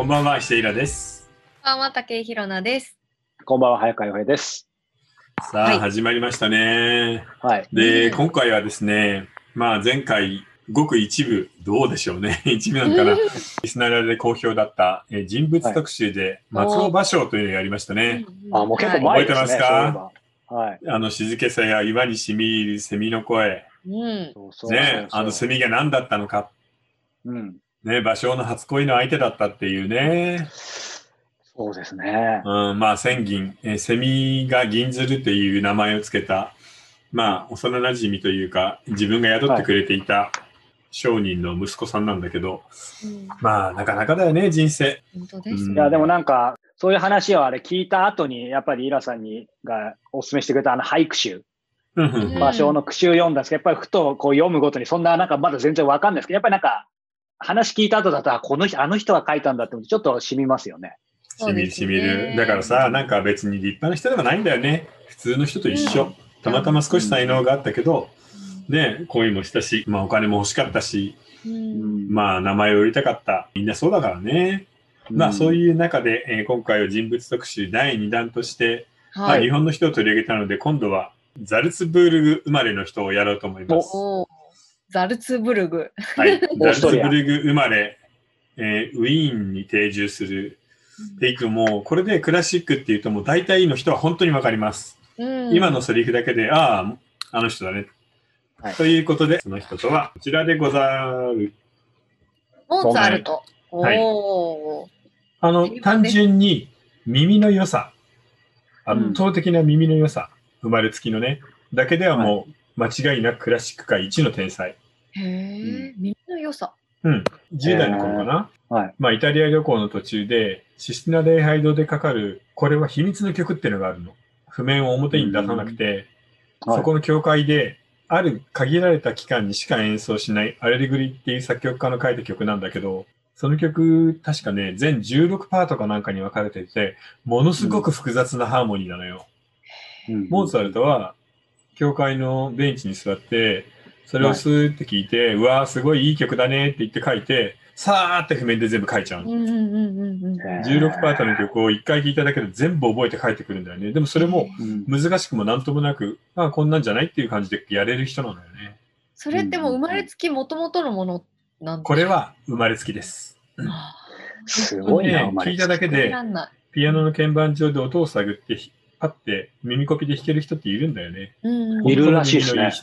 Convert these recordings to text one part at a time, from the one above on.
こんばんは、石井です。 こんばんは、武井宏奈です。 こんばんは、早川洋平です。 さあ、はい、始まりましたね。 はい。 で、今回はですね、前回、ごく一部、どうでしょうね。一部なんかな。リスナーで好評だった、人物特集で、松尾芭蕉というのをやりましたね。 もう結構前ですね。 覚えてますか？ はい。 静けさや岩にしみ入るセミの声。ね、セミが何だったのか。ね、芭蕉の初恋の相手だったっていうね。 そうですね。 千銀、セミが銀鶴という名前をつけた、幼馴染というか、自分が雇ってくれていた商人の息子さんなんだけど、なかなかだよね、人生。 本当です。 いや、でもなんか、そういう話を聞いた後に、やっぱりイラさんがお勧めしてくれた俳句集。芭蕉の句集読んだんですけど、やっぱりふとこう読むごとに、そんななんかまだ全然わかんないですけど、やっぱりなんか、話聞いた後だと、あの人が書いたんだってちょっと染みますよね。 しみる。だからさ、なんか別に立派な人ではないんだよね。普通の人と一緒。たまたま少し才能があったけど、ね、恋もしたし、お金も欲しかったし、名前を売りたかった。みんなそうだからね。そういう中で、今回は人物特集第2弾として、日本の人を取り上げたので、今度はザルツブルグ生まれの人をやろうと思います。 ザルツブルグ。 はい。ザルツブルグ生まれ、ウィーンに定住する。っていくもこれでクラシックっていうともう大体の人は本当にわかります。今のセリフだけで、あの人だね。ということで、その人とはこちらでござる。 モーツァルト。 単純に耳の良さ、圧倒的な耳の良さ、生まれつきのね、だけではもう間違いなくクラシック界一の天才。 耳の良さ。 10代の頃かな。イタリア旅行の途中で、システィナ礼拝堂でかかる、これは秘密の曲っていうのがあるの。譜面を表に出さなくて、そこの教会で、ある限られた期間にしか演奏しないアレルグリっていう作曲家の書いた曲なんだけど、その曲、確かね、全16パートかなんかに分かれていて、ものすごく複雑なハーモニーなのよ。モーツァルトは、教会のベンチに座って、それをスーって聞いて、うわーすごいいい曲だねって言って書いて、さーって譜面で全部書いちゃうの。16パートの曲を1回聴いただけで全部覚えて帰ってくるんだよね。でもそれも難しくもなんともなく、こんなんじゃないっていう感じでやれる人なのよね。 それってもう生まれつき元々のものなんですか？ これは生まれつきです。 すごいな、 聞いただけで、ピアノの鍵盤上で音を探って、パッて耳コピで弾ける人っているんだよね。 いるらしいですね。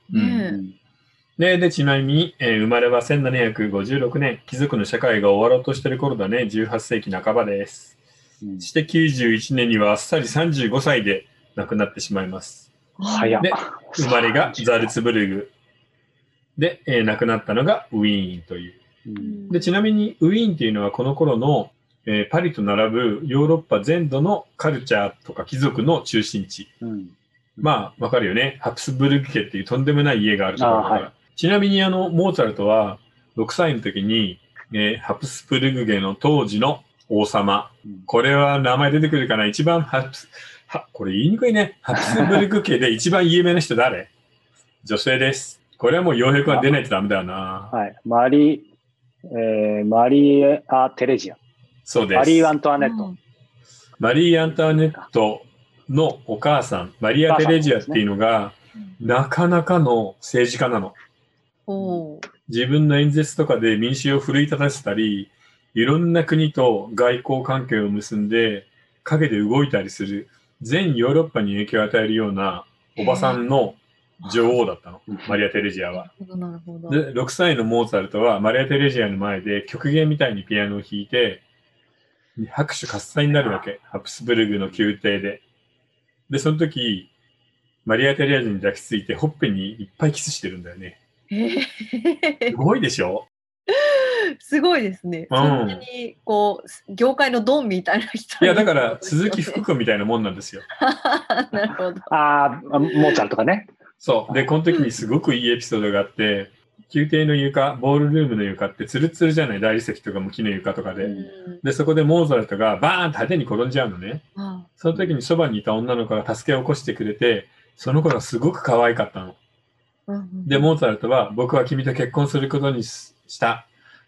で、ちなみに、生まれは1756年、貴族の社会が終わろうとしている頃だね、18世紀半ばです。そして91年にはあっさり35歳で亡くなってしまいます。で、生まれがザルツブルグ。で、亡くなったのがウィーンという。で、ちなみにウィーンっていうのはこの頃の、パリと並ぶヨーロッパ全土のカルチャーとか貴族の中心地。わかるよね。ハプスブルグ家っていうとんでもない家があるところだから。ちなみにモーツァルトは6歳の時に、ハプスブルグ家の当時の王様。これは名前出てくるかな。一番これ言いにくいね。ハプスブルグ家で一番有名な人誰？女性です。これはもう洋平君は出ないとダメだよな。 マリーア・テレジア。 そうです。 マリー・アントワネット。 マリー・アントワネットのお母さん、マリア・テレジアっていうのが、なかなかの政治家なの。自分の演説とかで民衆を奮い立たせたり、いろんな国と外交関係を結んで、陰で動いたりする、全ヨーロッパに影響を与えるようなおばさんの女王だったの、マリア・テレジアは。で、6歳のモーツァルトはマリア・テレジアの前で曲芸みたいにピアノを弾いて、拍手喝采になるわけ。ハプスブルグの宮廷で。で、その時、マリア・テレジアに抱きついて、ほっぺにいっぱいキスしてるんだよね。すごいでしょ？ すごいですね。そんなに、業界のドンみたいな人。 いや、だから、鈴木福君みたいなもんなんですよ。 なるほど。 モーツァルトかね。 そう。で、この時にすごくいいエピソードがあって、宮廷の床、ボールルームの床ってツルツルじゃない？大理石とかも木の床とかで。で、そこでモーツァルトがバーンと派手に転んじゃうのね。その時にそばにいた女の子が助けを起こしてくれて、その子がすごく可愛かったの。で、モーツァルトは僕は君と結婚することにした。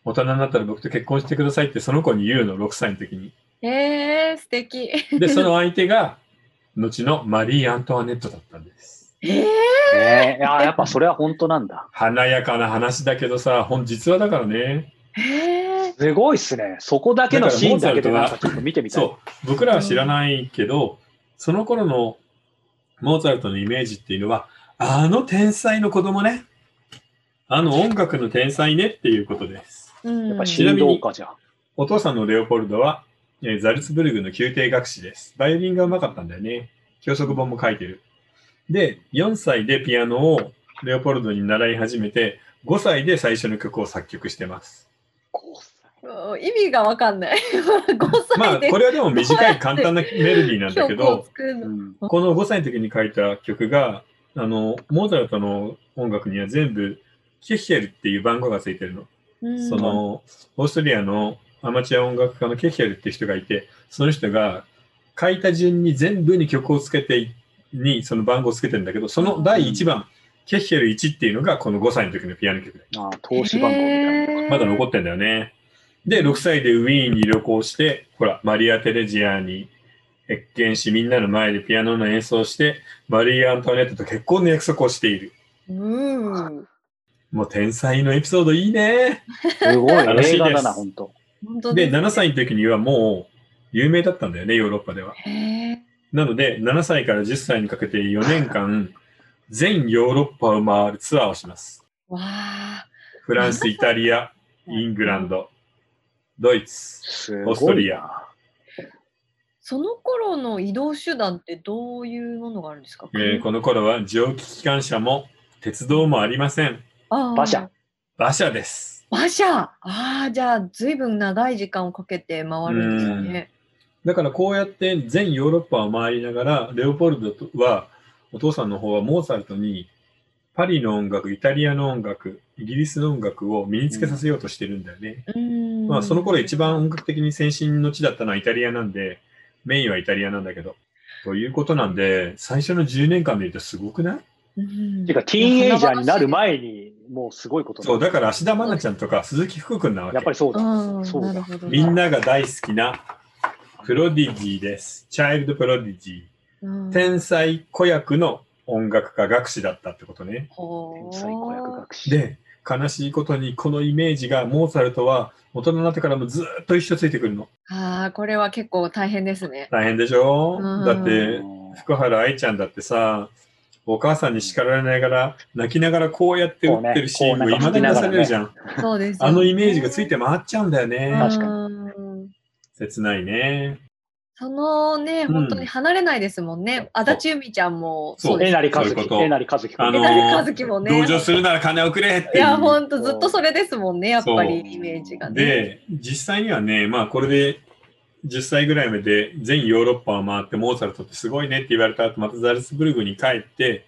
大人になったら僕と結婚してくださいってその子に言うの、6歳の時に。 素敵。 で、その相手が、後のマリー・アントワネットだったんです。 やっぱそれは本当なんだ。 華やかな話だけどさ、実話だからね。 すごいっすね。そこだけのシーンだけでなんかちょっと見てみたい。 そう。僕らは知らないけど、その頃のモーツァルトのイメージっていうのは、あの天才の子供ね。あの音楽の天才ねっていうことです。 やっぱちなみに、 お父さんのレオポルドは、ザルツブルグの宮廷楽師です。バイオリンがうまかったんだよね。教則本も書いてる。で、4歳でピアノをレオポルドに習い始めて、5歳で最初の曲を作曲してます。 意味がわかんない。5歳で。 これはでも短い簡単なメロディーなんだけど、この5歳の時に書いた曲が、モーツァルトの音楽には全部、ケヒェルっていう番号がついてるの。その、オーストリアのアマチュア音楽家のケヒェルっていう人がいて、その人が書いた順に全部に曲をつけて、その番号をつけてるんだけど、その第1番、ケヒェル1っていうのがこの5歳の時のピアノ曲で。 投資番号みたいな。 まだ残ってんだよね。で、6歳でウィーンに旅行して、ほら、マリア・テレジアに謁見し、みんなの前でピアノの演奏をして、マリー・アントワネットと結婚の約束をしている。もう天才のエピソードいいね。 すごい、映画だな、本当。 で、7歳の時にはもう有名だったんだよね、ヨーロッパでは。なので、7歳から10歳にかけて4年間、全ヨーロッパを回るツアーをします。フランス、イタリア、イングランド、ドイツ、オーストリア。 その頃の移動手段ってどういうものがあるんですか？ この頃は蒸気機関車も鉄道もありません。 馬車。 馬車です。 馬車。じゃあ随分長い時間をかけて回るんですね。 だからこうやって全ヨーロッパを回りながら、レオポルドは、お父さんの方はモーツァルトにパリの音楽、イタリアの音楽、イギリスの音楽を身につけさせようとしてるんだよね。その頃一番音楽的に先進の地だったのはイタリアなんで、メインはイタリアなんだけど。ということなんで、最初の10年間で言うとすごくない？ てか、ティーンエイジャーになる前に、もうすごいことそう、だから芦田愛菜ちゃんとか鈴木福君なわけ。 やっぱりそうだ。そうだ。 みんなが大好きなプロディジーです。チャイルドプロディジー。天才子役の音楽家学士だったってことね。 天才子役学士。 で、悲しいことにこのイメージがモーツァルトは大人になってからもずっと一緒ついてくるの。 これは結構大変ですね。 大変でしょ？だって、福原愛ちゃんだってさ、お母さんに叱られながら、泣きながらこうやって打ってるシーンを未だに出されるじゃん。 そうです。 あのイメージがついて回っちゃうんだよね。 確かに。 切ないね。 そのね、本当に離れないですもんね。足立由美ちゃんもそうです。 えなりかずき。えなりかずき。 えなりかずきもね。 同情するなら金をくれっていう。 いや、本当ずっとそれですもんね、やっぱりイメージがね。 で、実際にはね、これで10歳ぐらいまで全ヨーロッパを回ってモーツァルトってすごいねって言われた後、またザルツブルグに帰って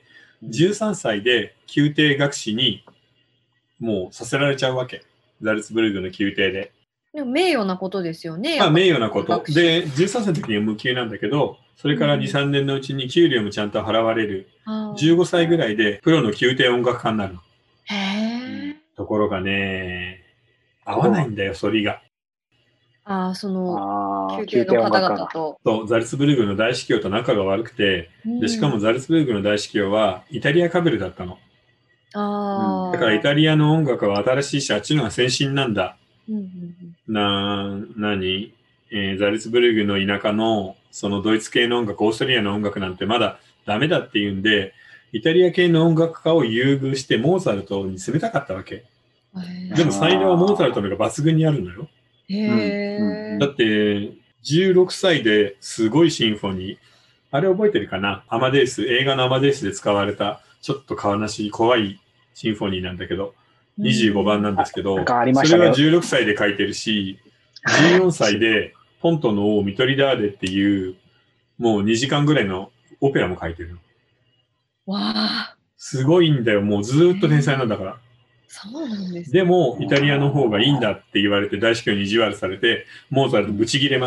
、13歳で宮廷学士にもうさせられちゃうわけ。ザルツブルグの宮廷で。 でも名誉なことですよね。 名誉なこと。で、13歳の時には無給なんだけど、それから2、3年のうちに給料もちゃんと払われる。15歳ぐらいでプロの宮廷音楽家になるの。ところがね、合わないんだよ、反りが。 その宮廷の方々と。 そう、ザルツブルグの大司教と仲が悪くて、で、しかもザルツブルグの大司教はイタリアかぶれだったの。だからイタリアの音楽は新しいし、あっちの方が先進なんだ。ザルツブルグの田舎のそのドイツ系の音楽、オーストリアの音楽なんてまだダメだっていうんで、イタリア系の音楽家を優遇してモーツァルトに攻めたかったわけ。でも才能はモーツァルトの方が抜群にあるのよ。だって16歳ですごいシンフォニー、あれ覚えてるかな？アマデウス、映画のアマデウスで使われたちょっと悲しい怖いシンフォニーなんだけど、25番なんですけど、それは16歳で書いてるし、14歳でポントの王ミトリダーデっていうもう2時間ぐらいのオペラも書いてるの。すごいんだよ。もうずーっと天才なんだから。 そうなんですね。 でもイタリアの方がいいんだって言われて大司教に意地悪されて、モーツァルトブチギレます。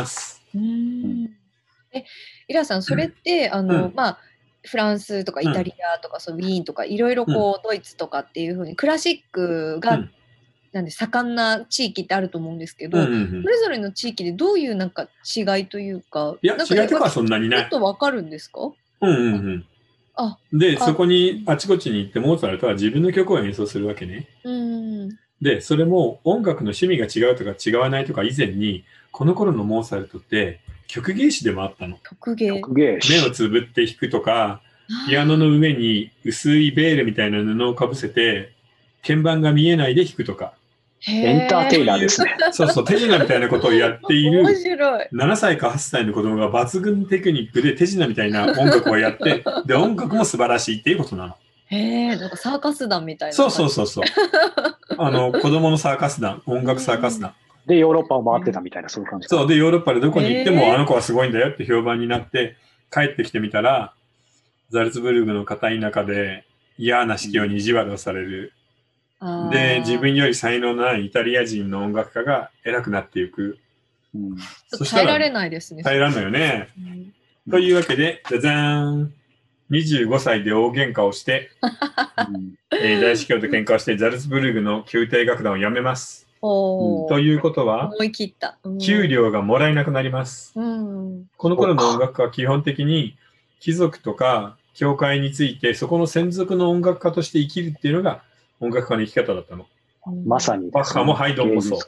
イラさん、それってフランスとかイタリアとか、ウィーンとかいろいろドイツとかっていう風にクラシックがなんで盛んな地域ってあると思うんですけど、それぞれの地域でどういうなんか違いというか、 いや、違いとかはそんなにない。 ちょっとわかるんですか？で、 そこにあちこちに行ってモーツァルトは自分の曲を演奏するわけね。で、それも音楽の趣味が違うとか違わないとか以前に、この頃のモーツァルトって曲芸師でもあったの。 曲芸。 目をつぶって弾くとか、ピアノの上に薄いベールみたいな布をかぶせて、鍵盤が見えないで弾くとか。 エンターテイナーですね。 そうそう、手品みたいなことをやっている面白い。 7歳か8歳の子供が抜群テクニックで手品みたいな音楽をやって、で、音楽も素晴らしいっていうことなの。 なんかサーカス団みたいな。 そう。子供のサーカス団、音楽サーカス団。 で、ヨーロッパを回ってたみたいな、そういう感じ。 そう、で、ヨーロッパでどこに行っても、あの子はすごいんだよって評判になって、帰ってきてみたら、ザルツブルグの片田舎で嫌な指揮を意地悪をされる。で、自分より才能のないイタリア人の音楽家が偉くなっていく。 そしたら耐えられないですね。 耐えられないよね。というわけで、じゃじゃーん。25歳で大喧嘩をして、大司教と喧嘩をして、ザルツブルグの宮廷楽団を辞めます。ということは、 思い切った。 給料がもらえなくなります。この頃の音楽家は基本的に貴族とか教会について、そこの専属の音楽家として生きるっていうのが音楽家の生き方だったの。 まさに。 バッハもハイドンもそう。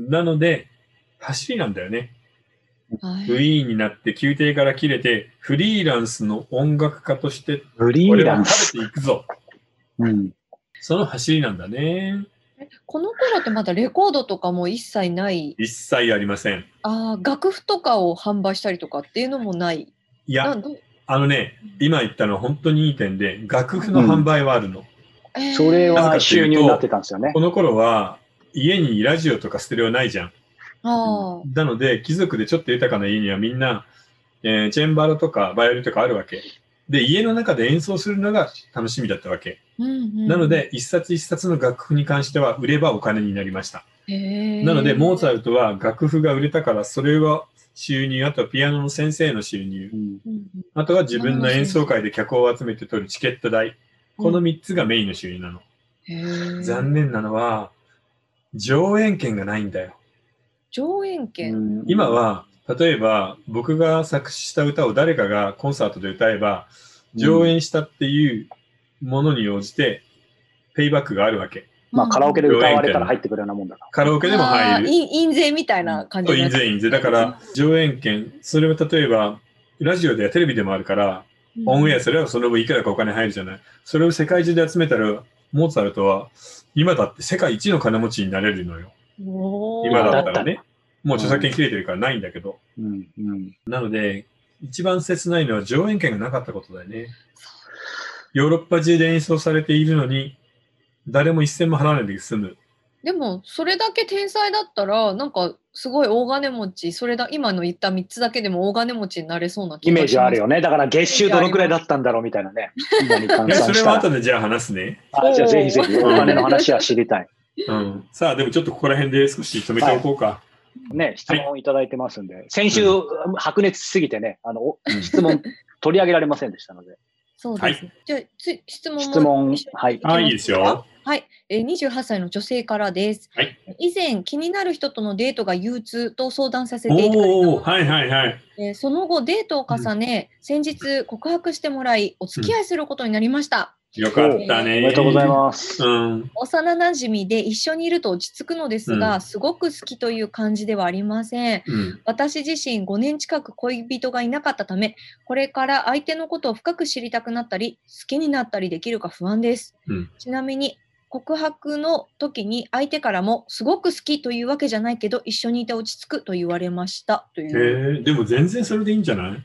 なので、走りなんだよね。ウィーンになって宮廷から切れて、フリーランスの音楽家として、俺は食べていくぞ。その走りなんだね。 この頃ってまだレコードとかも一切ない？ 一切ありません。 楽譜とかを販売したりとかっていうのもない？ いや、今言ったのは本当にいい点で、楽譜の販売はあるの。 それは収入になってたんですよね。 この頃は家にラジオとかステレオないじゃん。なので、貴族でちょっと豊かな家にはみんな、チェンバロとかバイオリンとかあるわけ。で、家の中で演奏するのが楽しみだったわけ。なので、一冊一冊の楽譜に関しては売ればお金になりました。なので、モーツァルトは楽譜が売れたから、それは収入、あとはピアノの先生の収入、あとは自分の演奏会で客を集めて取るチケット代、この3つがメインの収入なの。残念なのは、上演権がないんだよ。 上演権？ 今は、例えば僕が作詞した歌を誰かがコンサートで歌えば、上演したっていうものに応じて、ペイバックがあるわけ。 カラオケで歌われたら入ってくるようなもんだから。 カラオケでも入る。 印税みたいな感じで。 印税。だから、上演権、それは例えば、ラジオでやテレビでもあるから、オンエアすればその分いくらかお金入るじゃない。それを世界中で集めたら、モーツァルトは、今だって世界一の金持ちになれるのよ。今だったらね。もう著作権切れてるからないんだけど。なので、一番切ないのは上演権がなかったことだよね。ヨーロッパ中で演奏されているのに、誰も一銭も払わないで済む。 でも、それだけ天才だったら、なんか、すごい大金持ち、今の言った3つだけでも大金持ちになれそうな気がします。 イメージあるよね。だから月収どのくらいだったんだろうみたいなね。今に換算したら。 それは後でじゃあ話すね。 じゃあぜひぜひ、お金の話は知りたい。 さあ、でもちょっとここら辺で少し止めておこうか。 ね、質問いただいてますんで、先週、白熱しすぎてね、質問取り上げられませんでしたので。 そうですね。じゃあ、質問。 はい。 いいですよ。 はい。28歳の女性からです。以前、気になる人とのデートが憂鬱と相談させていただいた。その後、デートを重ね、先日告白してもらい、お付き合いすることになりました。 よかったね。 おめでとうございます。 幼馴染で一緒にいると落ち着くのですが、すごく好きという感じではありません。私自身5年近く恋人がいなかったため、これから相手のことを深く知りたくなったり、好きになったりできるか不安です。ちなみに、告白の時に相手からもすごく好きというわけじゃないけど、一緒にいて落ち着くと言われましたという。 でも全然それでいいんじゃない？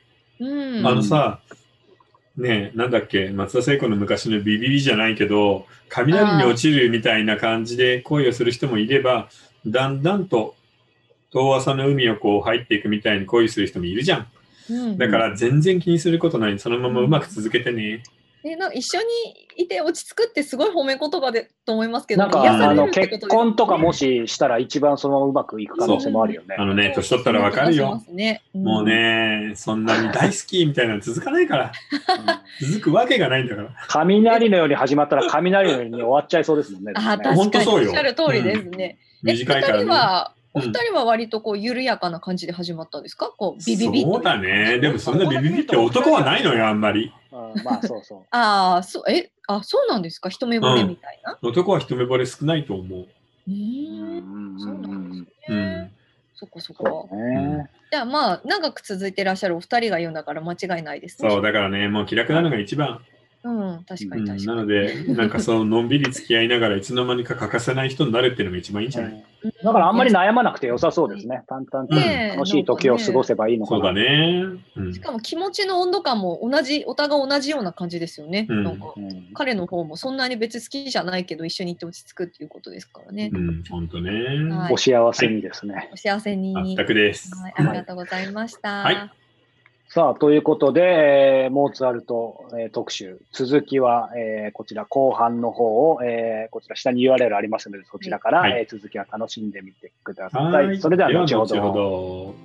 さ、ねえ、なんだっけ、松田聖子の昔のビビリじゃないけど、雷に落ちるみたいな感じで恋をする人もいれば、だんだんと遠浅の海をこう入っていくみたいに恋する人もいるじゃん。だから全然気にすることない。そのままうまく続けてね。 なんか一緒にいて落ち着くってすごい褒め言葉でと思いますけど、 なんか癒されるってことですね。 結婚とかもししたら一番そのうまくいく可能性もあるよね。 年取ったらわかるよ。 ね、 もうね、そんなに大好きみたいなの続かないから。続くわけがないんだから。 雷のように始まったら雷のように終わっちゃいそうですもんね。 確かにおっしゃる通りですね。 短いからね。 お二人は割とこう緩やかな感じで始まったんですか？こうビビビッと。 そうだね。でもそんなビビビって男はないのよ、あんまり。 まあそうそう。 そうなんですか？一目惚れみたいな。 男は一目惚れ少ないと思う。 そうなんですね。そっかそっか。じゃあまあ長く続いていらっしゃるお二人が言うんだから間違いないですね。 そうだからね、もう気楽なのが一番。 確かに確かに。 なので、なんかそう、のんびり付き合いながらいつの間にか欠かせない人になるっていうのが一番いいんじゃない？ だからあんまり悩まなくて良さそうですね。淡々と楽しい時を過ごせばいいのかな。 そうだね。 しかも気持ちの温度感もお互い同じような感じですよね。なんか彼の方もそんなに別に好きじゃないけど一緒に行って落ち着くっていうことですからね。 本当ね。 お幸せにですね。 お幸せに。 全くです。 ありがとうございました。 さあ、ということで、モーツァルト、特集、続きは、こちら後半の方を、こちら下に URL ありますので、そちらから、続きは楽しんでみてください。それでは後ほど。